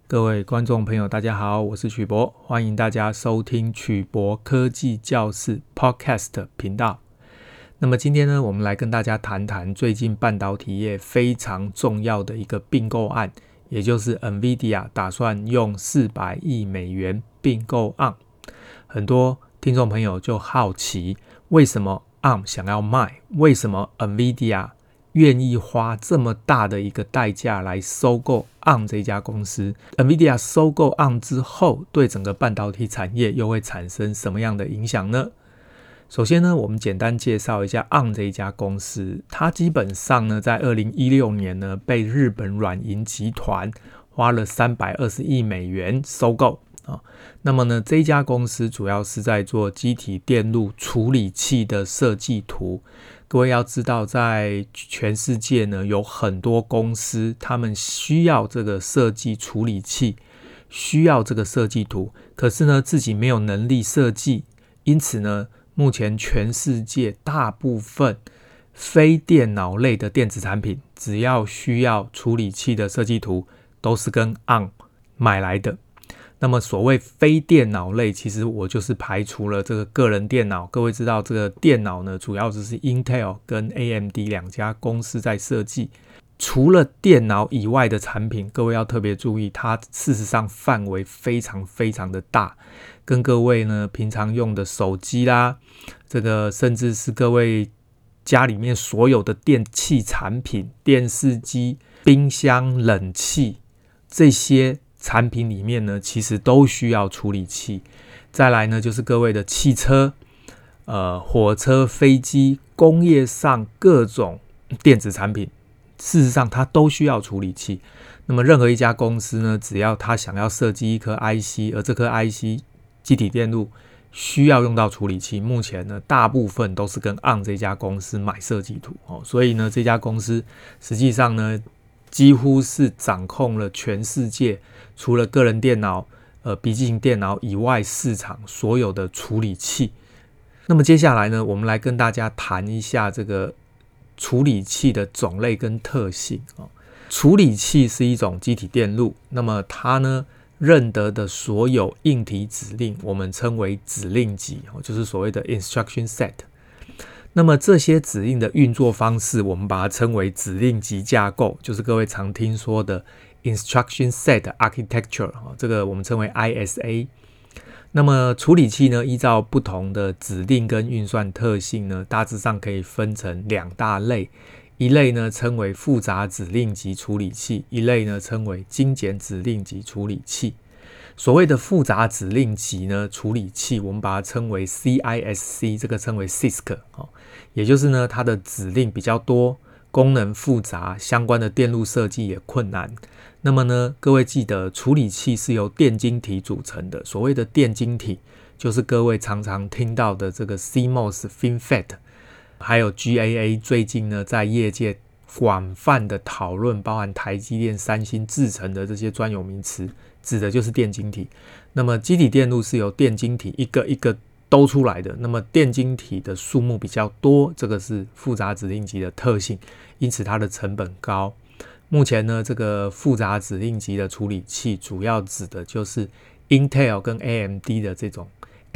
各位观众朋友大家好，我是曲博，欢迎大家收听曲博科技教室 Podcast 频道。那么今天呢，我们来跟大家谈谈最近半导体业非常重要的一个并购案，也就是 NVIDIA 打算用400亿美元并购 ARM。很多听众朋友就好奇，为什么 ARM 想要卖？为什么 NVIDIA 愿意花这么大的一个代价来收购 ARM 这家公司？ NVIDIA 收购 ARM 之后，对整个半导体产业又会产生什么样的影响呢？首先呢，我们简单介绍一下 ARM 这一家公司。它基本上呢，在2016年呢，被日本软银集团花了320亿美元收购。那么呢，这一家公司主要是在做基体电路处理器的设计图。各位要知道，在全世界呢，有很多公司，他们需要这个设计处理器，需要这个设计图，可是呢，自己没有能力设计，因此呢，目前全世界大部分非电脑类的电子产品，只要需要处理器的设计图，都是跟 ARM 买来的。那么所谓非电脑类，其实我就是排除了这个个人电脑。各位知道这个电脑呢，主要就是 Intel 跟 AMD 两家公司在设计。除了电脑以外的产品，各位要特别注意，它事实上范围非常非常的大，跟各位呢平常用的手机啦，这个甚至是各位家里面所有的电器产品，电视机、冰箱、冷气这些产品里面呢，其实都需要处理器。再来呢，就是各位的汽车、火车、飞机，工业上各种电子产品，事实上它都需要处理器。那么任何一家公司呢，只要它想要设计一颗 IC， 而这颗 IC 基体电路需要用到处理器，目前呢，大部分都是跟 ARM 这家公司买设计图。所以呢，这家公司实际上呢，几乎是掌控了全世界除了个人电脑、笔记型电脑以外市场所有的处理器。那么接下来呢，我们来跟大家谈一下这个处理器的种类跟特性。处理器是一种基体电路，那么它呢认得的所有硬体指令，我们称为指令集，就是所谓的 instruction set。那么这些指令的运作方式，我们把它称为指令集架构，就是各位常听说的 Instruction Set Architecture， 这个我们称为 ISA。那么处理器呢，依照不同的指令跟运算特性呢，大致上可以分成两大类，一类呢称为复杂指令集处理器，一类呢称为精简指令集处理器。所谓的复杂指令集呢处理器，我们把它称为 CISC， 这个称为 CISC， 也就是呢它的指令比较多，功能复杂，相关的电路设计也困难。那么呢，各位记得处理器是由电晶体组成的，所谓的电晶体就是各位常常听到的这个 CMOS、FinFET， 还有 GAA， 最近呢在业界广泛的讨论，包含台积电、三星制成的这些专有名词，指的就是电晶体。那么基体电路是由电晶体一个一个兜出来的，那么电晶体的数目比较多，这个是复杂指令集的特性，因此它的成本高。目前呢，这个复杂指令集的处理器主要指的就是 Intel 跟 AMD 的这种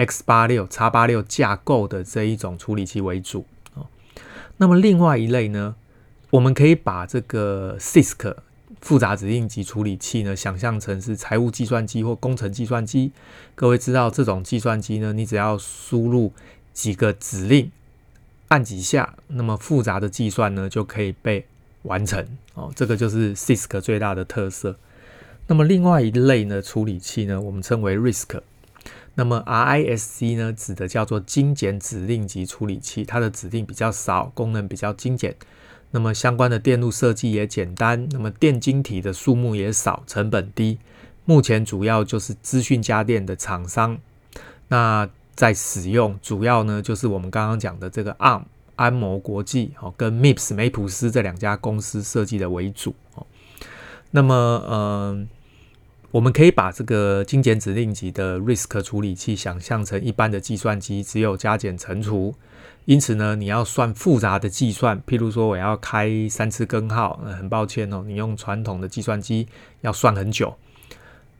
X86、X86 架构的这一种处理器为主。那么另外一类呢，我们可以把这个 CISC 复杂指令集处理器呢，想象成是财务计算机或工程计算机。各位知道这种计算机呢，你只要输入几个指令，按几下，那么复杂的计算呢就可以被完成。这个就是 CISC 最大的特色。那么另外一类呢处理器呢，我们称为 RISC。那么 RISC 呢，指的叫做精简指令集处理器，它的指令比较少，功能比较精简。那么相关的电路设计也简单，那么电晶体的数目也少，成本低。目前主要就是资讯家电的厂商，那在使用主要呢就是我们刚刚讲的这个 ARM 安谋国际跟 MIPS 梅普斯这两家公司设计的为主。那么我们可以把这个精简指令集的 RISC 处理器想象成一般的计算机，只有加减乘除。因此呢，你要算复杂的计算，譬如说我要开3次根号，很抱歉你用传统的计算机要算很久。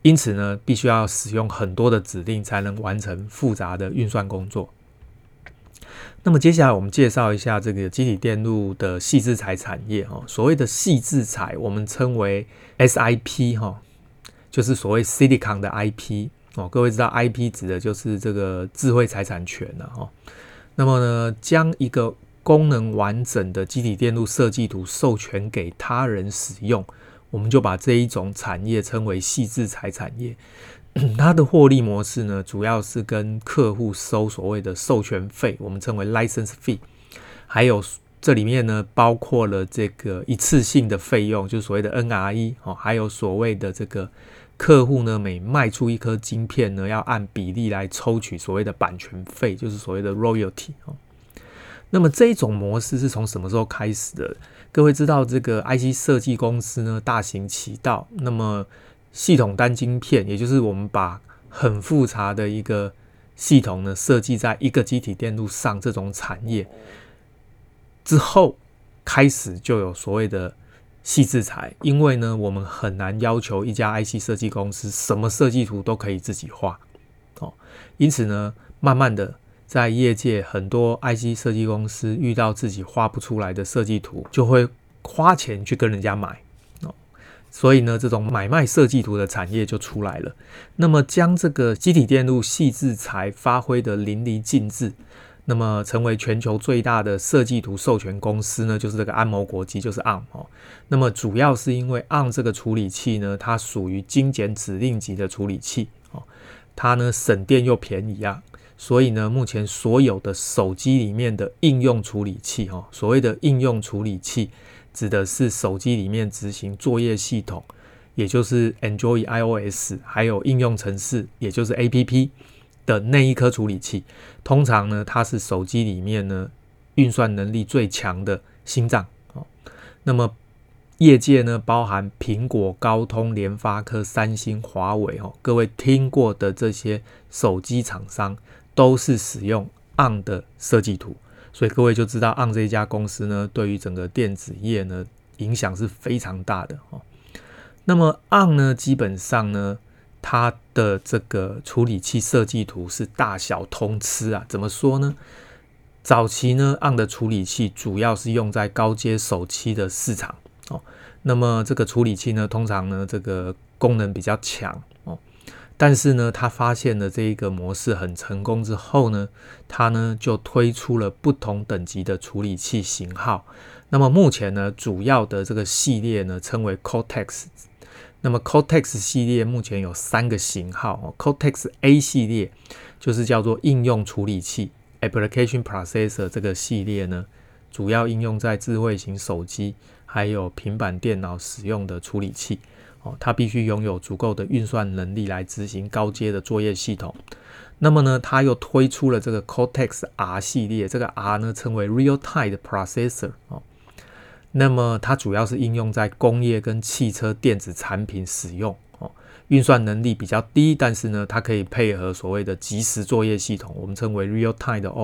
因此呢，必须要使用很多的指令才能完成复杂的运算工作。那么接下来我们介绍一下这个基体电路的细制材产业。所谓的细制材我们称为 SIP， 就是所谓 Silicon 的 IP。各位知道 IP 指的就是这个智慧财产权。那么呢，将一个功能完整的基体电路设计图授权给他人使用，我们就把这一种产业称为细制材产业。它的获利模式呢，主要是跟客户收所谓的授权费，我们称为 license fee， 还有这里面呢包括了这个一次性的费用，就是所谓的 NRE， 还有所谓的这个客户呢每卖出一颗晶片呢，要按比例来抽取所谓的版权费，就是所谓的 royalty。那么这一种模式是从什么时候开始的？各位知道这个 IC 设计公司呢大行其道，那么系统单晶片，也就是我们把很复杂的一个系统呢设计在一个基体电路上，这种产业之后开始就有所谓的细制材。因为呢我们很难要求一家 IC 设计公司什么设计图都可以自己画，因此呢慢慢的在业界很多 IC 设计公司遇到自己画不出来的设计图，就会花钱去跟人家买。所以呢，这种买卖设计图的产业就出来了。那么将这个基体电路细制材发挥的淋漓尽致，那么成为全球最大的设计图授权公司呢，就是这个安谋国际，就是 ARM。那么主要是因为 ARM 这个处理器呢，它属于精简指令级的处理器，它呢省电又便宜啊。所以呢，目前所有的手机里面的应用处理器，所谓的应用处理器指的是手机里面执行作业系统，也就是 Android iOS， 还有应用程式，也就是 APP 的那一颗处理器。通常呢，它是手机里面呢运算能力最强的心脏。那么业界呢，包含苹果、高通、联发科、三星、华为，各位听过的这些手机厂商都是使用 ARM 的设计图。所以各位就知道 ARM 这一家公司呢，对于整个电子业呢影响是非常大的。那么 ARM 呢，基本上呢，它的这个处理器设计图是大小通吃啊。怎么说呢？早期呢 ARM 的处理器主要是用在高阶手机的市场。那么这个处理器呢，通常呢这个功能比较强。但是呢，他发现了这一个模式很成功之后呢，他呢就推出了不同等级的处理器型号。那么目前呢，主要的这个系列呢称为 Cortex。那么 Cortex 系列目前有3个型号。Cortex A 系列就是叫做应用处理器 Application Processor， 这个系列呢，主要应用在智慧型手机还有平板电脑使用的处理器。它必须拥有足够的运算能力来执行高阶的作业系统。那么呢，它又推出了这个 Cortex R 系列，这个 R 呢称为 Real-Time Processor。那么它主要是应用在工业跟汽车电子产品使用。运算能力比较低，但是呢，它可以配合所谓的即时作业系统，我们称为 Real-Time 的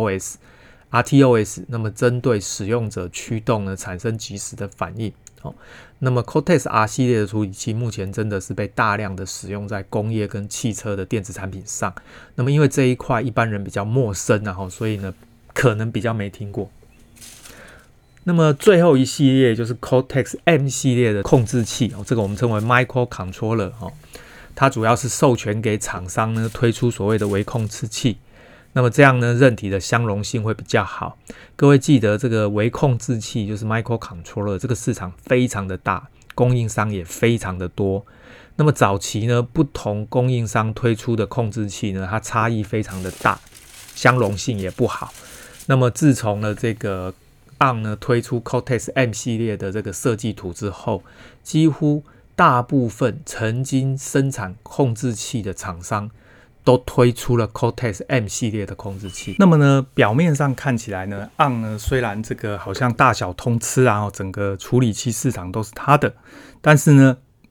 OS。RTOS， 那么针对使用者驱动呢，产生即时的反应。那么 Cortex R 系列的处理器目前真的是被大量的使用在工业跟汽车的电子产品上。那么因为这一块一般人比较陌生，所以呢可能比较没听过。那么最后一系列就是 Cortex M 系列的控制器，这个我们称为 Microcontroller。它主要是授权给厂商呢推出所谓的微控制器。那么这样呢，韧体的相容性会比较好。各位记得这个微控制器就是 microcontroller， 这个市场非常的大，供应商也非常的多。那么早期呢，不同供应商推出的控制器呢，它差异非常的大，相容性也不好。那么自从了这个 ARM 呢推出 Cortex M 系列的这个设计图之后，几乎大部分曾经生产控制器的厂商都推出了 Cortex M 系列的控制器。那么呢，表面上看起来呢 ARM 呢虽然这个好像大小通吃啊，整个处理器市场都是它的，但是呢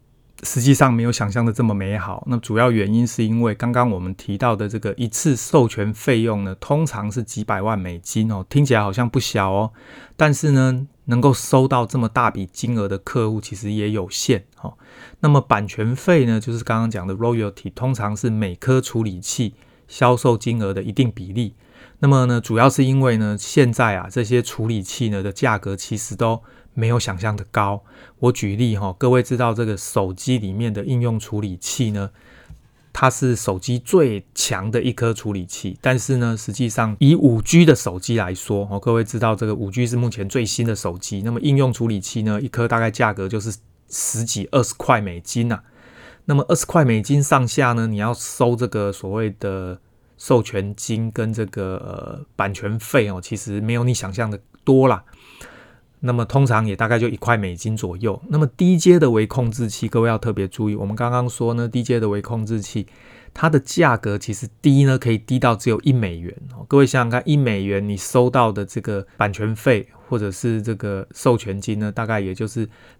实际上没有想象的这么美好。那主要原因是因为刚刚我们提到的这个一次授权费用呢，通常是几百万美金哦，听起来好像不小哦，但是呢，能够收到这么大笔金额的客户其实也有限哦。那么版权费呢，就是刚刚讲的 royalty， 通常是每颗处理器销售金额的一定比例。那么呢，主要是因为呢，现在啊这些处理器呢的价格其实都没有想象的高。我举例各位知道这个手机里面的应用处理器呢，它是手机最强的一颗处理器，但是呢，实际上以 5G 的手机来说，各位知道这个 5G 是目前最新的手机，那么应用处理器呢，一颗大概价格就是10几20块美金啊。那么20块美金上下呢，你要收这个所谓的授权金跟这个版权费其实没有你想象的多啦。那么通常也大概就1块美金左右。那么低阶的微控制器，各位要特别注意，我们刚刚说呢，低阶的微控制器，它的价格其实低呢，可以低到只有1美元。各位想想看，1美元你收到的这个版权费或者是这个授权金呢，大概也就是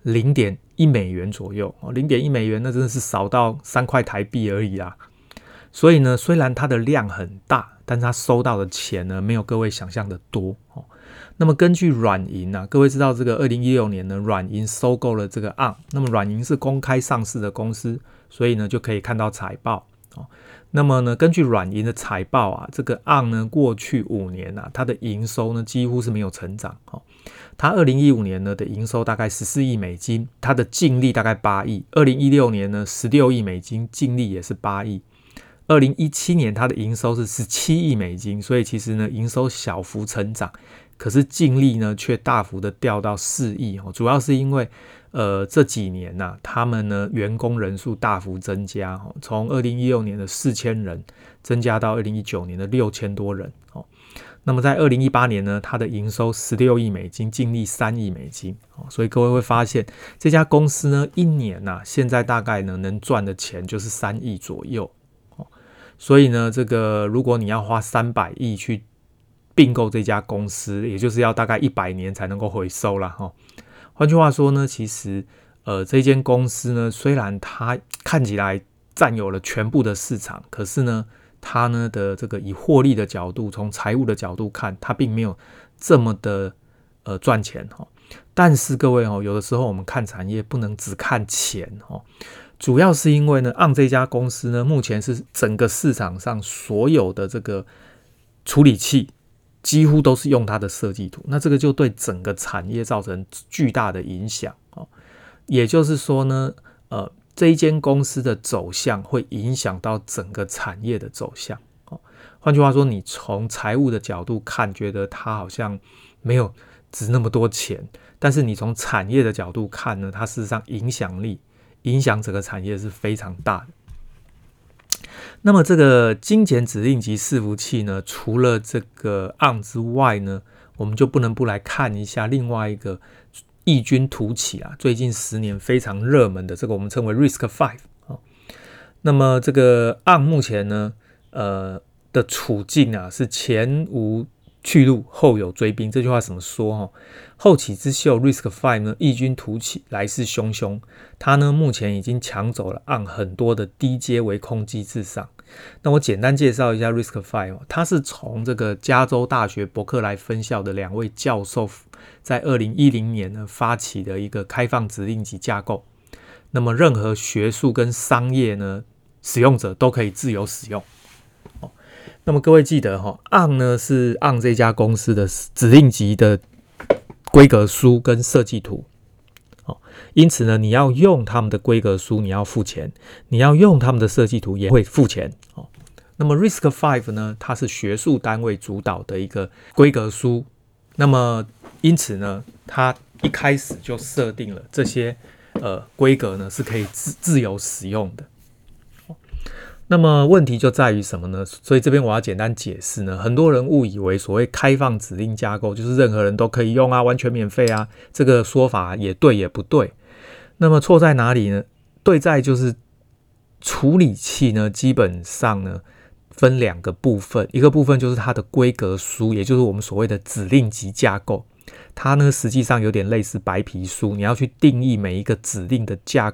0.1 美元左右。0.1 美元那真的是少到3块台币而已啦。所以呢，虽然它的量很大，但是它收到的钱呢，没有各位想象的多。那么根据软银各位知道这个2016年呢，软银收购了这个 ARM。那么软银是公开上市的公司，所以呢就可以看到财报。那么呢，根据软银的财报这个 ARM 呢过去5年它的营收呢几乎是没有成长。它2015年呢的营收大概14亿美金，它的净利大概8亿。2016年呢16亿美金，净利也是8亿。2017年它的营收是17亿美金，所以其实呢营收小幅成长，可是净利呢却大幅的掉到4亿。主要是因为这几年他们呢员工人数大幅增加，从2016年的4000人增加到2019年的6000多人。那么在2018年呢，它的营收16亿美金，净利3亿美金。所以各位会发现这家公司呢一年现在大概呢能赚的钱就是3亿左右。所以呢，这个如果你要花300亿去并购这家公司，也就是要大概100年才能够回收啦。换句话说呢，其实这间公司呢，虽然它看起来占有了全部的市场，可是呢，它呢的这个以获利的角度，从财务的角度看，它并没有这么的赚钱。但是各位有的时候我们看产业不能只看钱。主要是因为呢 ARM 这家公司呢，目前是整个市场上所有的这个处理器几乎都是用它的设计图，那这个就对整个产业造成巨大的影响。也就是说呢，这一间公司的走向会影响到整个产业的走向。换句话说，你从财务的角度看，觉得它好像没有值那么多钱，但是你从产业的角度看呢，它事实上影响整个产业是非常大的。那么这个精简指令集伺服器呢，除了这个 ARM 之外呢，我们就不能不来看一下另外一个异军突起最近10年非常热门的这个我们称为 RISC-V。那么这个 ARM 目前呢的处境是前无去路，后有追兵。这句话怎么说？后起之秀 RISC-V 呢异军突起，来势汹汹。它呢目前已经抢走了 ARM 很多的低阶微控机制上。那我简单介绍一下 RISC-V。它是从这个加州大学伯克莱分校的2位教授在2010年呢发起的一个开放指令集架构。那么任何学术跟商业呢使用者都可以自由使用。那么各位记得ARM 呢是 ARM 这家公司的指令集的规格书跟设计图。因此呢，你要用他们的规格书，你要付钱；你要用他们的设计图，也会付钱。那么 RISC-V 呢，它是学术单位主导的一个规格书。那么因此呢，它一开始就设定了这些规格呢是可以自由使用的。那么问题就在于什么呢？所以这边我要简单解释呢，很多人误以为所谓开放指令架构就是任何人都可以用完全免费这个说法也对也不对。那么错在哪里呢？对在就是处理器呢基本上呢分2个部分，一个部分就是它的规格书，也就是我们所谓的指令集架构。它呢实际上有点类似白皮书，你要去定义每一个指令的架构，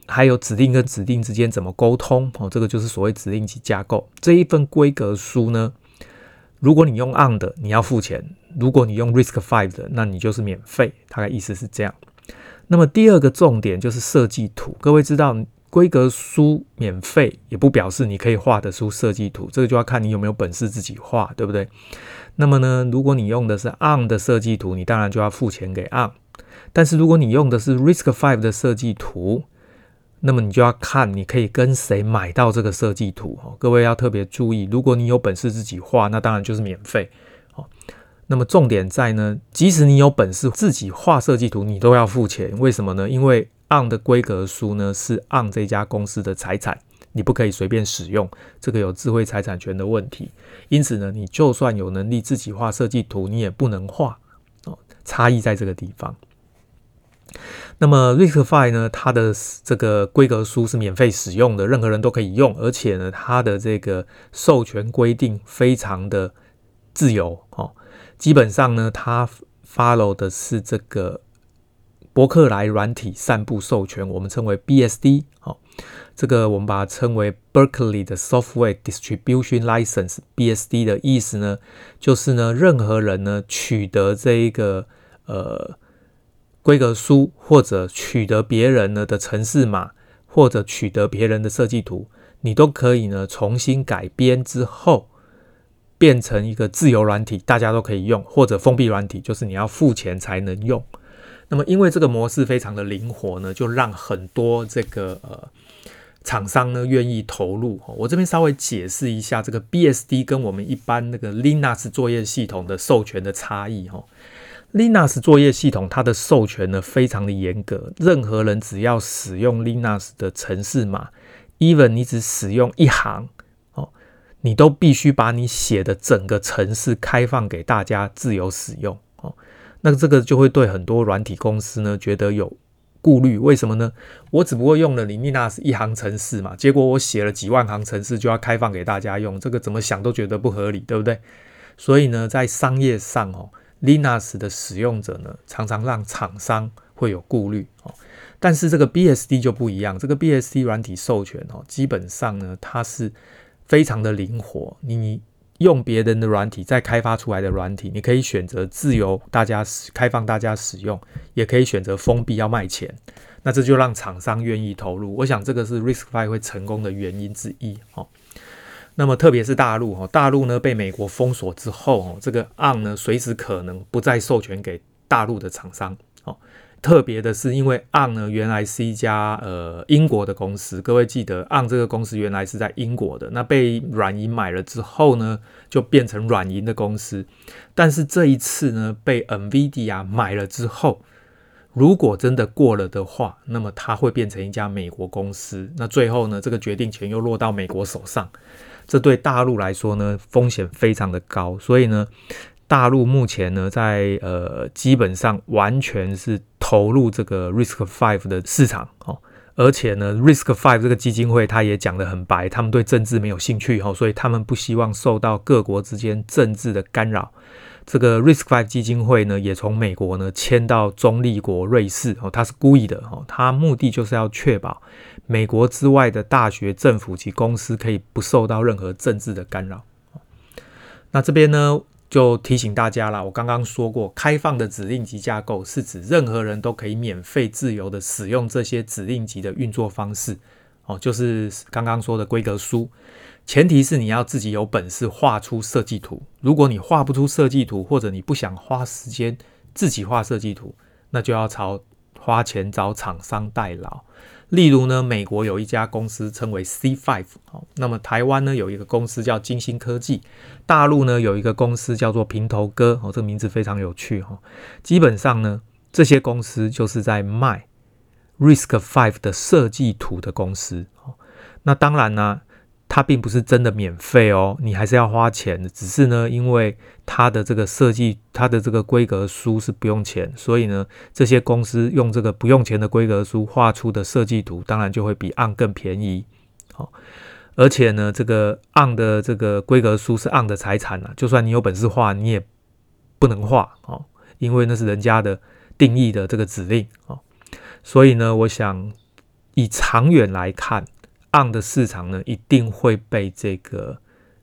还有指令跟指令之间怎么沟通，这个就是所谓指令集架构。这一份规格书呢，如果你用 on 的，你要付钱；如果你用 RISC-V 的，那你就是免费，大概意思是这样。那么第二个重点就是设计图。各位知道，规格书免费也不表示你可以画得出设计图，这个就要看你有没有本事自己画，对不对？那么呢，如果你用的是 on 的设计图，你当然就要付钱给 on。但是如果你用的是 RISC-V 的设计图，那么你就要看你可以跟谁买到这个设计图。各位要特别注意，如果你有本事自己画，那当然就是免费。那么重点在呢，即使你有本事自己画设计图，你都要付钱。为什么呢？因为 on 的规格书呢是 on 这家公司的财产，你不可以随便使用，这个有智慧财产权的问题。因此呢，你就算有能力自己画设计图，你也不能画。差异在这个地方。那么 RISC-V 呢，它的这个规格书是免费使用的，任何人都可以用，而且呢，它的这个授权规定非常的自由。基本上呢，它 follow 的是这个伯克莱软体散布授权，我们称为 BSD。这个我们把它称为 Berkeley 的 Software Distribution License。 BSD 的意思呢，就是呢，任何人呢取得这一个规格书，或者取得别人呢的程式码，或者取得别人的设计图，你都可以呢重新改编之后变成一个自由软体，大家都可以用，或者封闭软体，就是你要付钱才能用。那么因为这个模式非常的灵活呢，就让很多这个厂商呢愿意投入。我这边稍微解释一下这个 BSD 跟我们一般那个 Linux 作业系统的授权的差异。Linux 作业系统它的授权呢非常的严格，任何人只要使用 Linux 的程式码 ，even 你只使用一行，你都必须把你写的整个程式开放给大家自由使用。那这个就会对很多软体公司呢觉得有顾虑。为什么呢？我只不过用了你 Linux 一行程式嘛，结果我写了几万行程式就要开放给大家用，这个怎么想都觉得不合理，对不对？所以呢，在商业上Linux 的使用者呢，常常让厂商会有顾虑。但是这个 BSD 就不一样，这个 BSD 软体授权基本上呢，它是非常的灵活。你用别人的软体再开发出来的软体，你可以选择自由开放大家使用，也可以选择封闭要卖钱。那这就让厂商愿意投入。我想这个是 RISC-V 会成功的原因之一。那么特别是大陆呢被美国封锁之后，这个 on 呢随时可能不再授权给大陆的厂商。特别的是，因为 on 呢原来是一家英国的公司，各位记得 on 这个公司原来是在英国的，那被软银买了之后呢，就变成软银的公司。但是这一次呢，被 NVIDIA 买了之后，如果真的过了的话，那么它会变成一家美国公司。那最后呢，这个决定权又落到美国手上，这对大陆来说呢，风险非常的高。所以呢，大陆目前呢，在基本上完全是投入这个 RISC-V 的市场。而且呢 RISC-V 这个基金会他也讲得很白，他们对政治没有兴趣，所以他们不希望受到各国之间政治的干扰。这个 RISC-V 基金会呢，也从美国呢迁到中立国瑞士，它是故意的，它目的就是要确保美国之外的大学、政府及公司可以不受到任何政治的干扰。那这边呢，就提醒大家啦，我刚刚说过，开放的指令集架构是指任何人都可以免费自由的使用这些指令集的运作方式，就是刚刚说的规格书。前提是你要自己有本事画出设计图，如果你画不出设计图，或者你不想花时间自己画设计图，那就要花钱找厂商代劳。例如呢，美国有一家公司称为 C5， 那么台湾呢有一个公司叫金星科技，大陆呢有一个公司叫做平头哥，这个名字非常有趣。基本上呢，这些公司就是在卖 RISC-V 的设计图的公司。那当然呢，它并不是真的免费你还是要花钱的。只是呢，因为它的这个设计，它的这个规格书是不用钱，所以呢，这些公司用这个不用钱的规格书画出的设计图，当然就会比 on 更便宜。而且呢，这个 on 的这个规格书是 on 的财产就算你有本事画，你也不能画因为那是人家的定义的这个指令所以呢，我想以长远来看 ARM 的市场呢一定会被这个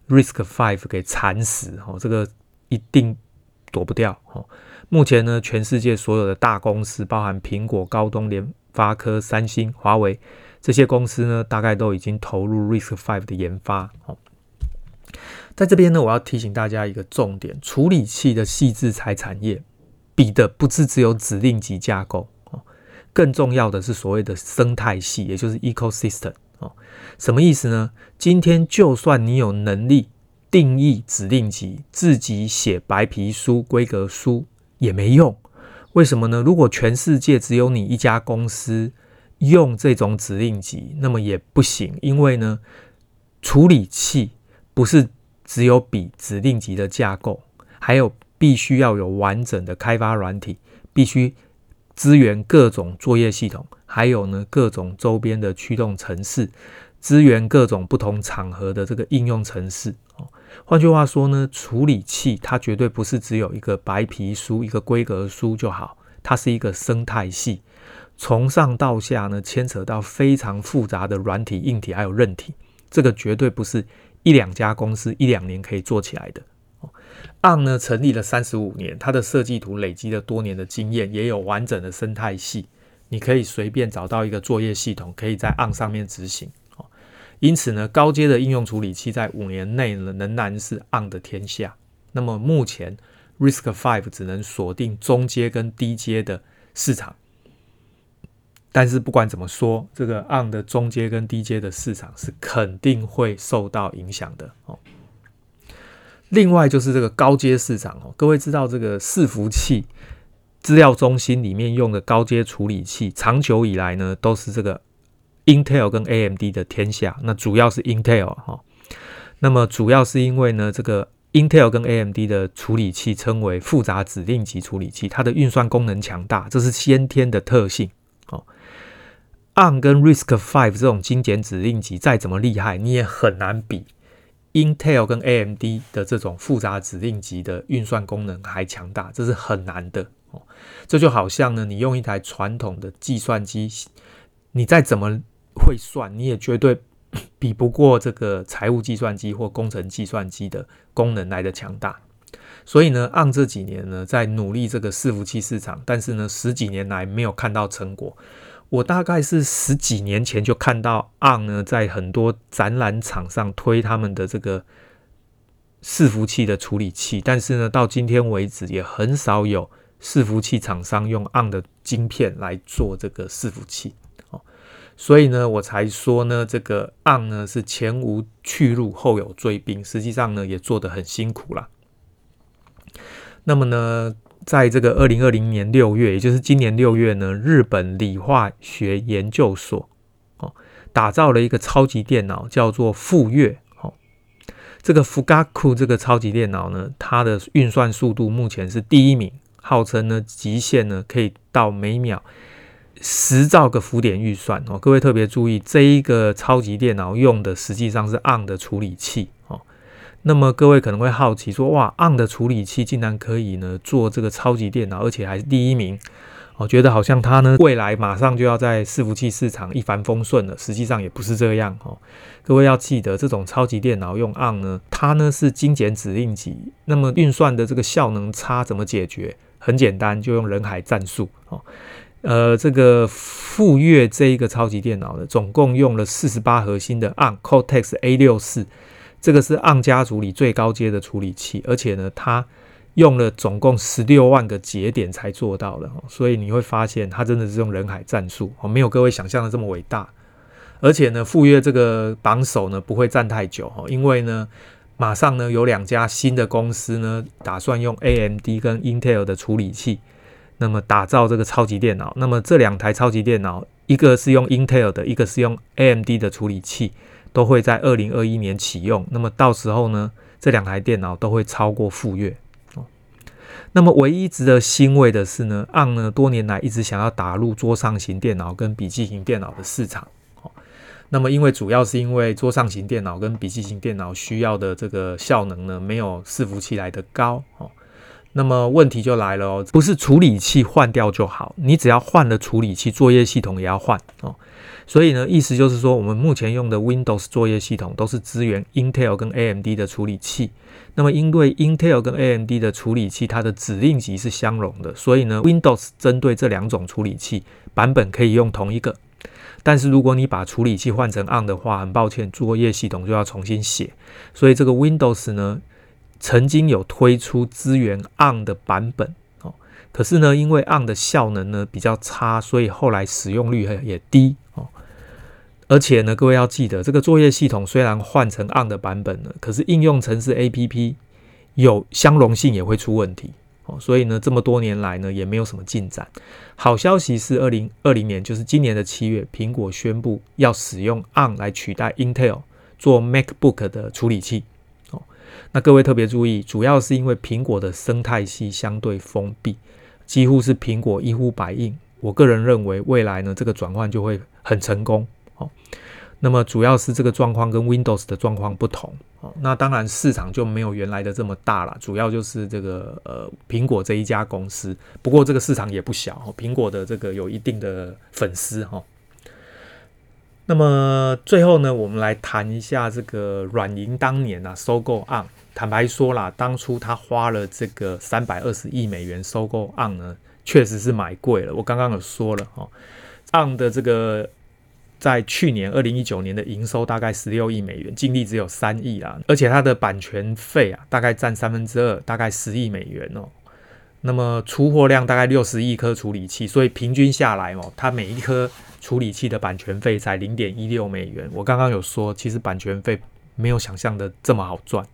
RISC-V 给蚕食，这个一定躲不掉。目前呢，全世界所有的大公司，包含苹果、高通、联发科、三星、华为这些公司呢，大概都已经投入 RISC-V 的研发。在这边呢，我要提醒大家一个重点：处理器的细制材产业比的不是只有指令集架构，更重要的是所谓的生态系，也就是 ecosystem。什么意思呢？今天就算你有能力定义指令集，自己写白皮书、规格书也没用。为什么呢？如果全世界只有你一家公司用这种指令集，那么也不行，因为呢，处理器不是只有比指令集的架构，还有必须要有完整的开发软体，必须支援各种作业系统，还有呢各种周边的驱动程式，支援各种不同场合的这个应用程式。换句话说呢，处理器它绝对不是只有一个白皮书、一个规格书就好，它是一个生态系，从上到下呢牵扯到非常复杂的软体、硬体还有韧体，这个绝对不是一两家公司一两年可以做起来的。ARM 呢成立了35年，它的设计图累积了多年的经验，也有完整的生态系，你可以随便找到一个作业系统，可以在 ARM 上面执行。因此呢，高阶的应用处理器在5年内呢仍然是 ARM 的天下。那么目前 RISC-V 只能锁定中阶跟低阶的市场，但是不管怎么说，这个 ARM 的中阶跟低阶的市场是肯定会受到影响的。另外就是这个高阶市场，各位知道这个伺服器资料中心里面用的高阶处理器，长久以来呢都是这个 Intel 跟 AMD 的天下。那主要是 Intel， 那么主要是因为呢这个 Intel 跟 AMD 的处理器称为复杂指令集处理器，它的运算功能强大，这是先天的特性。ARM 跟 RISC-V 这种精简指令集再怎么厉害，你也很难比Intel 跟 AMD 的这种复杂指令集的运算功能还强大，这是很难的。这就好像呢，你用一台传统的计算机，你再怎么会算，你也绝对比不过这个财务计算机或工程计算机的功能来的强大。所以呢 ARM 这几年呢在努力这个伺服器市场，但是呢10几年来没有看到成果。我大概是10几年前就看到 ARM 呢在很多展览场上推他们的这个伺服器的处理器，但是呢到今天为止也很少有伺服器厂商用 ARM 的晶片来做这个伺服器。所以呢我才说呢这个 ARM 呢是前无去路后有追兵，实际上呢也做得很辛苦啦。那么呢在这个2020年6月，也就是今年6月呢，日本理化学研究所打造了一个超级电脑，叫做富岳。这个 Fugaku 这个超级电脑呢，它的运算速度目前是第1名，号称呢极限呢可以到每秒10兆个浮点运算。各位特别注意，这一个超级电脑用的实际上是 ARM 的处理器。那么各位可能会好奇说，哇 ARM 的处理器竟然可以呢做这个超级电脑，而且还是第1名。觉得好像它呢未来马上就要在伺服器市场一帆风顺了，实际上也不是这样。各位要记得，这种超级电脑用 ARM 呢，它呢是精简指令集，那么运算的这个效能差怎么解决？很简单，就用人海战术。这个富岳这一个超级电脑呢，总共用了48核心的 ARM Cortex A64，这个是 ARM 家族里最高阶的处理器，而且呢它用了总共16万个节点才做到的。所以你会发现它真的是用人海战术，没有各位想象的这么伟大。而且呢富岳这个榜首呢不会站太久，因为呢马上呢有2家新的公司呢打算用 AMD 跟 Intel 的处理器，那么打造这个超级电脑。那么这2台超级电脑，一个是用 Intel 的，一个是用 AMD 的处理器，都会在2021年启用。那么到时候呢这2台电脑都会超过富岳。那么唯一值得欣慰的是呢 ARM 呢多年来一直想要打入桌上型电脑跟笔记型电脑的市场。那么主要是因为桌上型电脑跟笔记型电脑需要的这个效能呢没有伺服器来得高。 那么问题就来了哦，不是处理器换掉就好，你只要换了处理器，作业系统也要换哦。所以呢，意思就是说，我们目前用的 Windows 作业系统都是支援 Intel 跟 AMD 的处理器。那么因为 Intel 跟 AMD 的处理器它的指令集是相容的，所以呢 Windows 针对这两种处理器版本可以用同一个。但是如果你把处理器换成 ARM 的话，很抱歉，作业系统就要重新写。所以这个 Windows 呢，曾经有推出支援 ARM 的版本哦，可是呢，因为 ARM 的效能呢比较差，所以后来使用率也低哦。而且呢，各位要记得，这个作业系统虽然换成 ARM 的版本了，可是应用程式 APP 有相容性也会出问题哦。所以呢，这么多年来呢，也没有什么进展。好消息是2020年，就是今年的7月，苹果宣布要使用 ARM 来取代 Intel 做 MacBook 的处理器哦。那各位特别注意，主要是因为苹果的生态系相对封闭，几乎是苹果一呼百应。我个人认为，未来呢，这个转换就会很成功。那么主要是这个状况跟 Windows 的状况不同那当然市场就没有原来的这么大了，主要就是这个苹果这一家公司。不过这个市场也不小苹果的这个有一定的粉丝那么最后呢，我们来谈一下这个软银当年收购 ARM。坦白说啦，当初他花了这个320亿美元收购 ARM 呢，确实是买贵了。我刚刚有说了ARM 的这个在去年2019年的营收大概16亿美元，净利只有3亿啦，而且它的版权费大概占2/3，大概10亿美元那么出货量大概60亿颗处理器，所以平均下来它每一颗处理器的版权费才0.16美元。我刚刚有说，其实版权费没有想象的这么好赚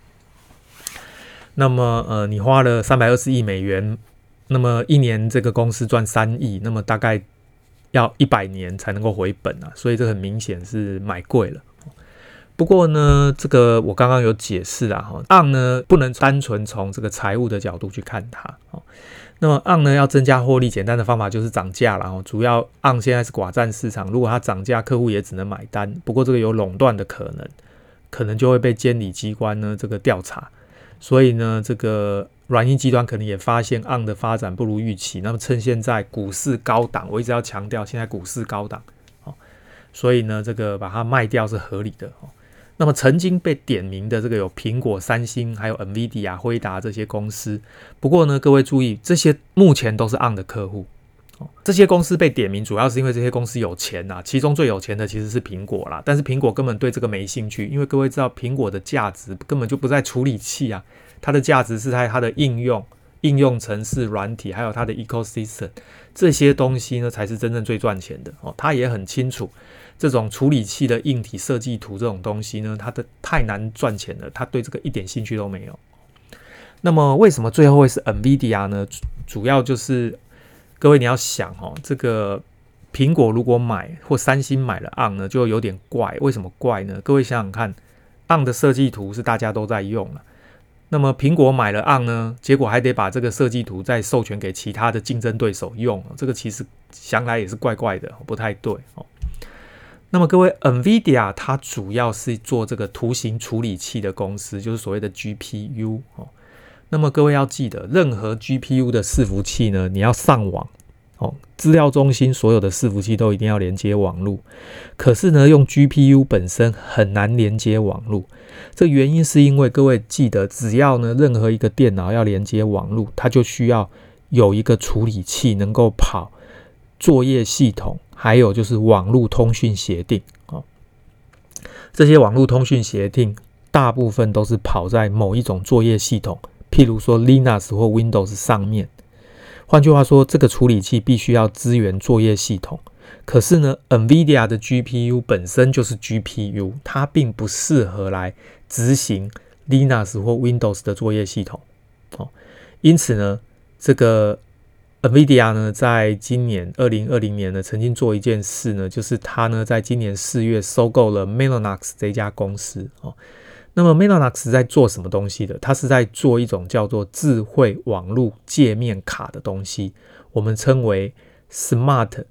那么你花了320亿美元，那么一年这个公司赚3亿，那么大概要100年才能够回本所以这很明显是买贵了。不过呢，这个我刚刚有解释ARM 呢不能单纯从这个财务的角度去看它那么 ARM 呢要增加获利，简单的方法就是涨价啦主要 ARM 现在是寡占市场，如果它涨价，客户也只能买单。不过这个有垄断的可能就会被监理机关呢这个调查。所以呢，这个软银集团可能也发现 ARM 的发展不如预期，那么趁现在股市高档，我一直要强调现在股市高档所以呢，这个把它卖掉是合理的那么曾经被点名的这个有苹果、三星还有 NVIDIA、辉达这些公司，不过呢，各位注意，这些目前都是 ARM 的客户这些公司被点名主要是因为这些公司有钱其中最有钱的其实是苹果啦，但是苹果根本对这个没兴趣，因为各位知道苹果的价值根本就不在处理器它的价值是在它的应用程式软体，还有它的 ecosystem， 这些东西呢才是真正最赚钱的它也很清楚这种处理器的硬体设计图这种东西呢，它的太难赚钱了，它对这个一点兴趣都没有。那么为什么最后会是 NVIDIA 呢？主要就是各位你要想这个苹果如果买或三星买了 ARM 呢，就有点怪。为什么怪呢？各位想想看 ，ARM 的设计图是大家都在用那么苹果买了 ARM 呢，结果还得把这个设计图再授权给其他的竞争对手用这个其实想来也是怪怪的，不太对那么各位 NVIDIA 它主要是做这个图形处理器的公司，就是所谓的 GPU那么各位要记得，任何 GPU 的伺服器呢，你要上网资料中心所有的伺服器都一定要连接网路。可是呢，用 GPU 本身很难连接网路。这原因是因为各位记得，只要呢任何一个电脑要连接网路，它就需要有一个处理器能够跑作业系统，还有就是网路通讯协定这些网路通讯协定大部分都是跑在某一种作业系统，譬如说 Linux 或 Windows 上面。换句话说，这个处理器必须要支援作业系统。可是呢 NVIDIA 的 GPU 本身就是 GPU， 它并不适合来执行 Linux 或 Windows 的作业系统因此呢，这个 NVIDIA 呢，在今年2020年呢，曾经做一件事呢，就是它呢，在今年4月收购了 Mellanox 这家公司那么 Mellanox 在做什么东西的？它是在做一种叫做智慧网路界面卡的东西，我们称为 Smart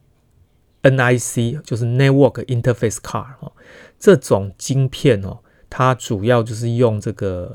NIC， 就是 Network Interface Card 这种晶片它主要就是用这个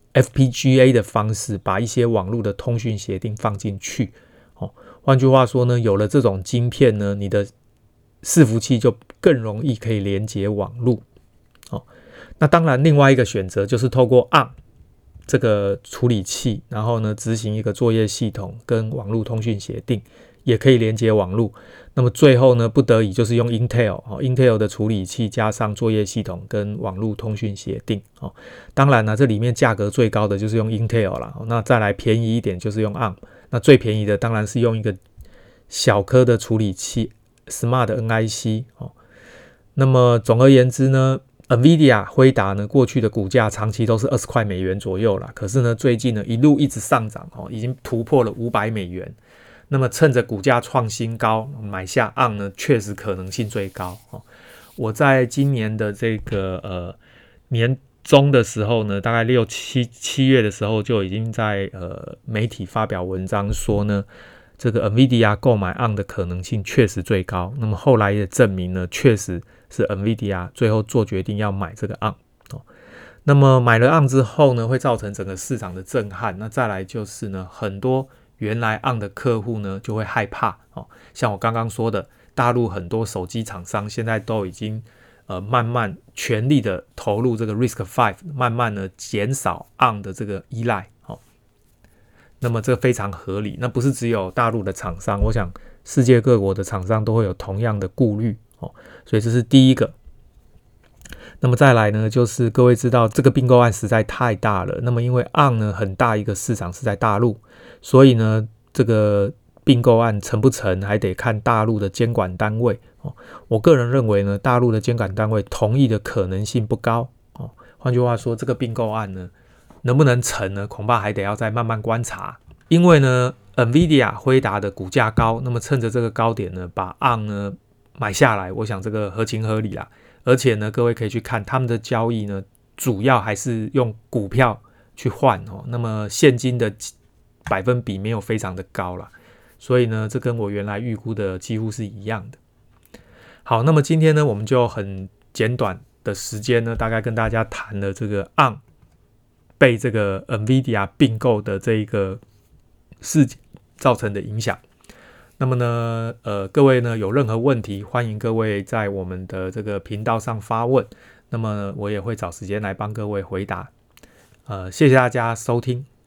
FPGA 的方式把一些网络的通讯协定放进去。换句话说呢，有了这种晶片呢，你的伺服器就更容易可以连接网络。那当然另外一个选择就是透过 ARM 这个处理器，然后呢执行一个作业系统跟网络通讯协定，也可以连接网络。那么最后呢，不得已就是用 Intel 的处理器加上作业系统跟网络通讯协定。当然呢，这里面价格最高的就是用 Intel 啦，那再来便宜一点就是用 ARM。那最便宜的当然是用一个小颗的处理器 Smart NIC。那么总而言之呢，NVIDIA 辉达呢过去的股价长期都是20块美元左右啦，可是呢最近呢一直上涨，已经突破了500美元。那么趁着股价创新高买下 ARM 呢，确实可能性最高。我在今年的这个年中的时候呢，大概6、7月的时候就已经在媒体发表文章说呢，这个 NVIDIA 购买 ARM 的可能性确实最高。那么后来也证明呢，确实是 NVIDIA 最后做决定要买这个 ARM。那么买了 ARM 之后呢，会造成整个市场的震撼。那再来就是呢，很多原来 ARM 的客户呢就会害怕。像我刚刚说的，大陆很多手机厂商现在都已经慢慢全力的投入这个 RISC-V， 慢慢的减少 ARM 的这个依赖。那么这非常合理，那不是只有大陆的厂商，我想世界各国的厂商都会有同样的顾虑。所以这是第一个。那么再来呢，就是各位知道这个并购案实在太大了。那么因为 ARM 呢很大一个市场是在大陆，所以呢这个并购案成不成还得看大陆的监管单位。我个人认为呢，大陆的监管单位同意的可能性不高。换句话说，这个并购案呢能不能成呢，恐怕还得要再慢慢观察。因为呢 NVIDIA 辉达的股价高，那么趁着这个高点呢把 ARM 呢买下来，我想这个合情合理啦。而且呢，各位可以去看他们的交易呢，主要还是用股票去换。那么现金的百分比没有非常的高啦，所以呢，这跟我原来预估的几乎是一样的。好，那么今天呢，我们就很简短的时间呢，大概跟大家谈了这个 ARM 被这个 NVIDIA 并购的这一个事件造成的影响。那么呢，各位呢有任何问题，欢迎各位在我们的这个频道上发问，那么我也会找时间来帮各位回答。谢谢大家收听。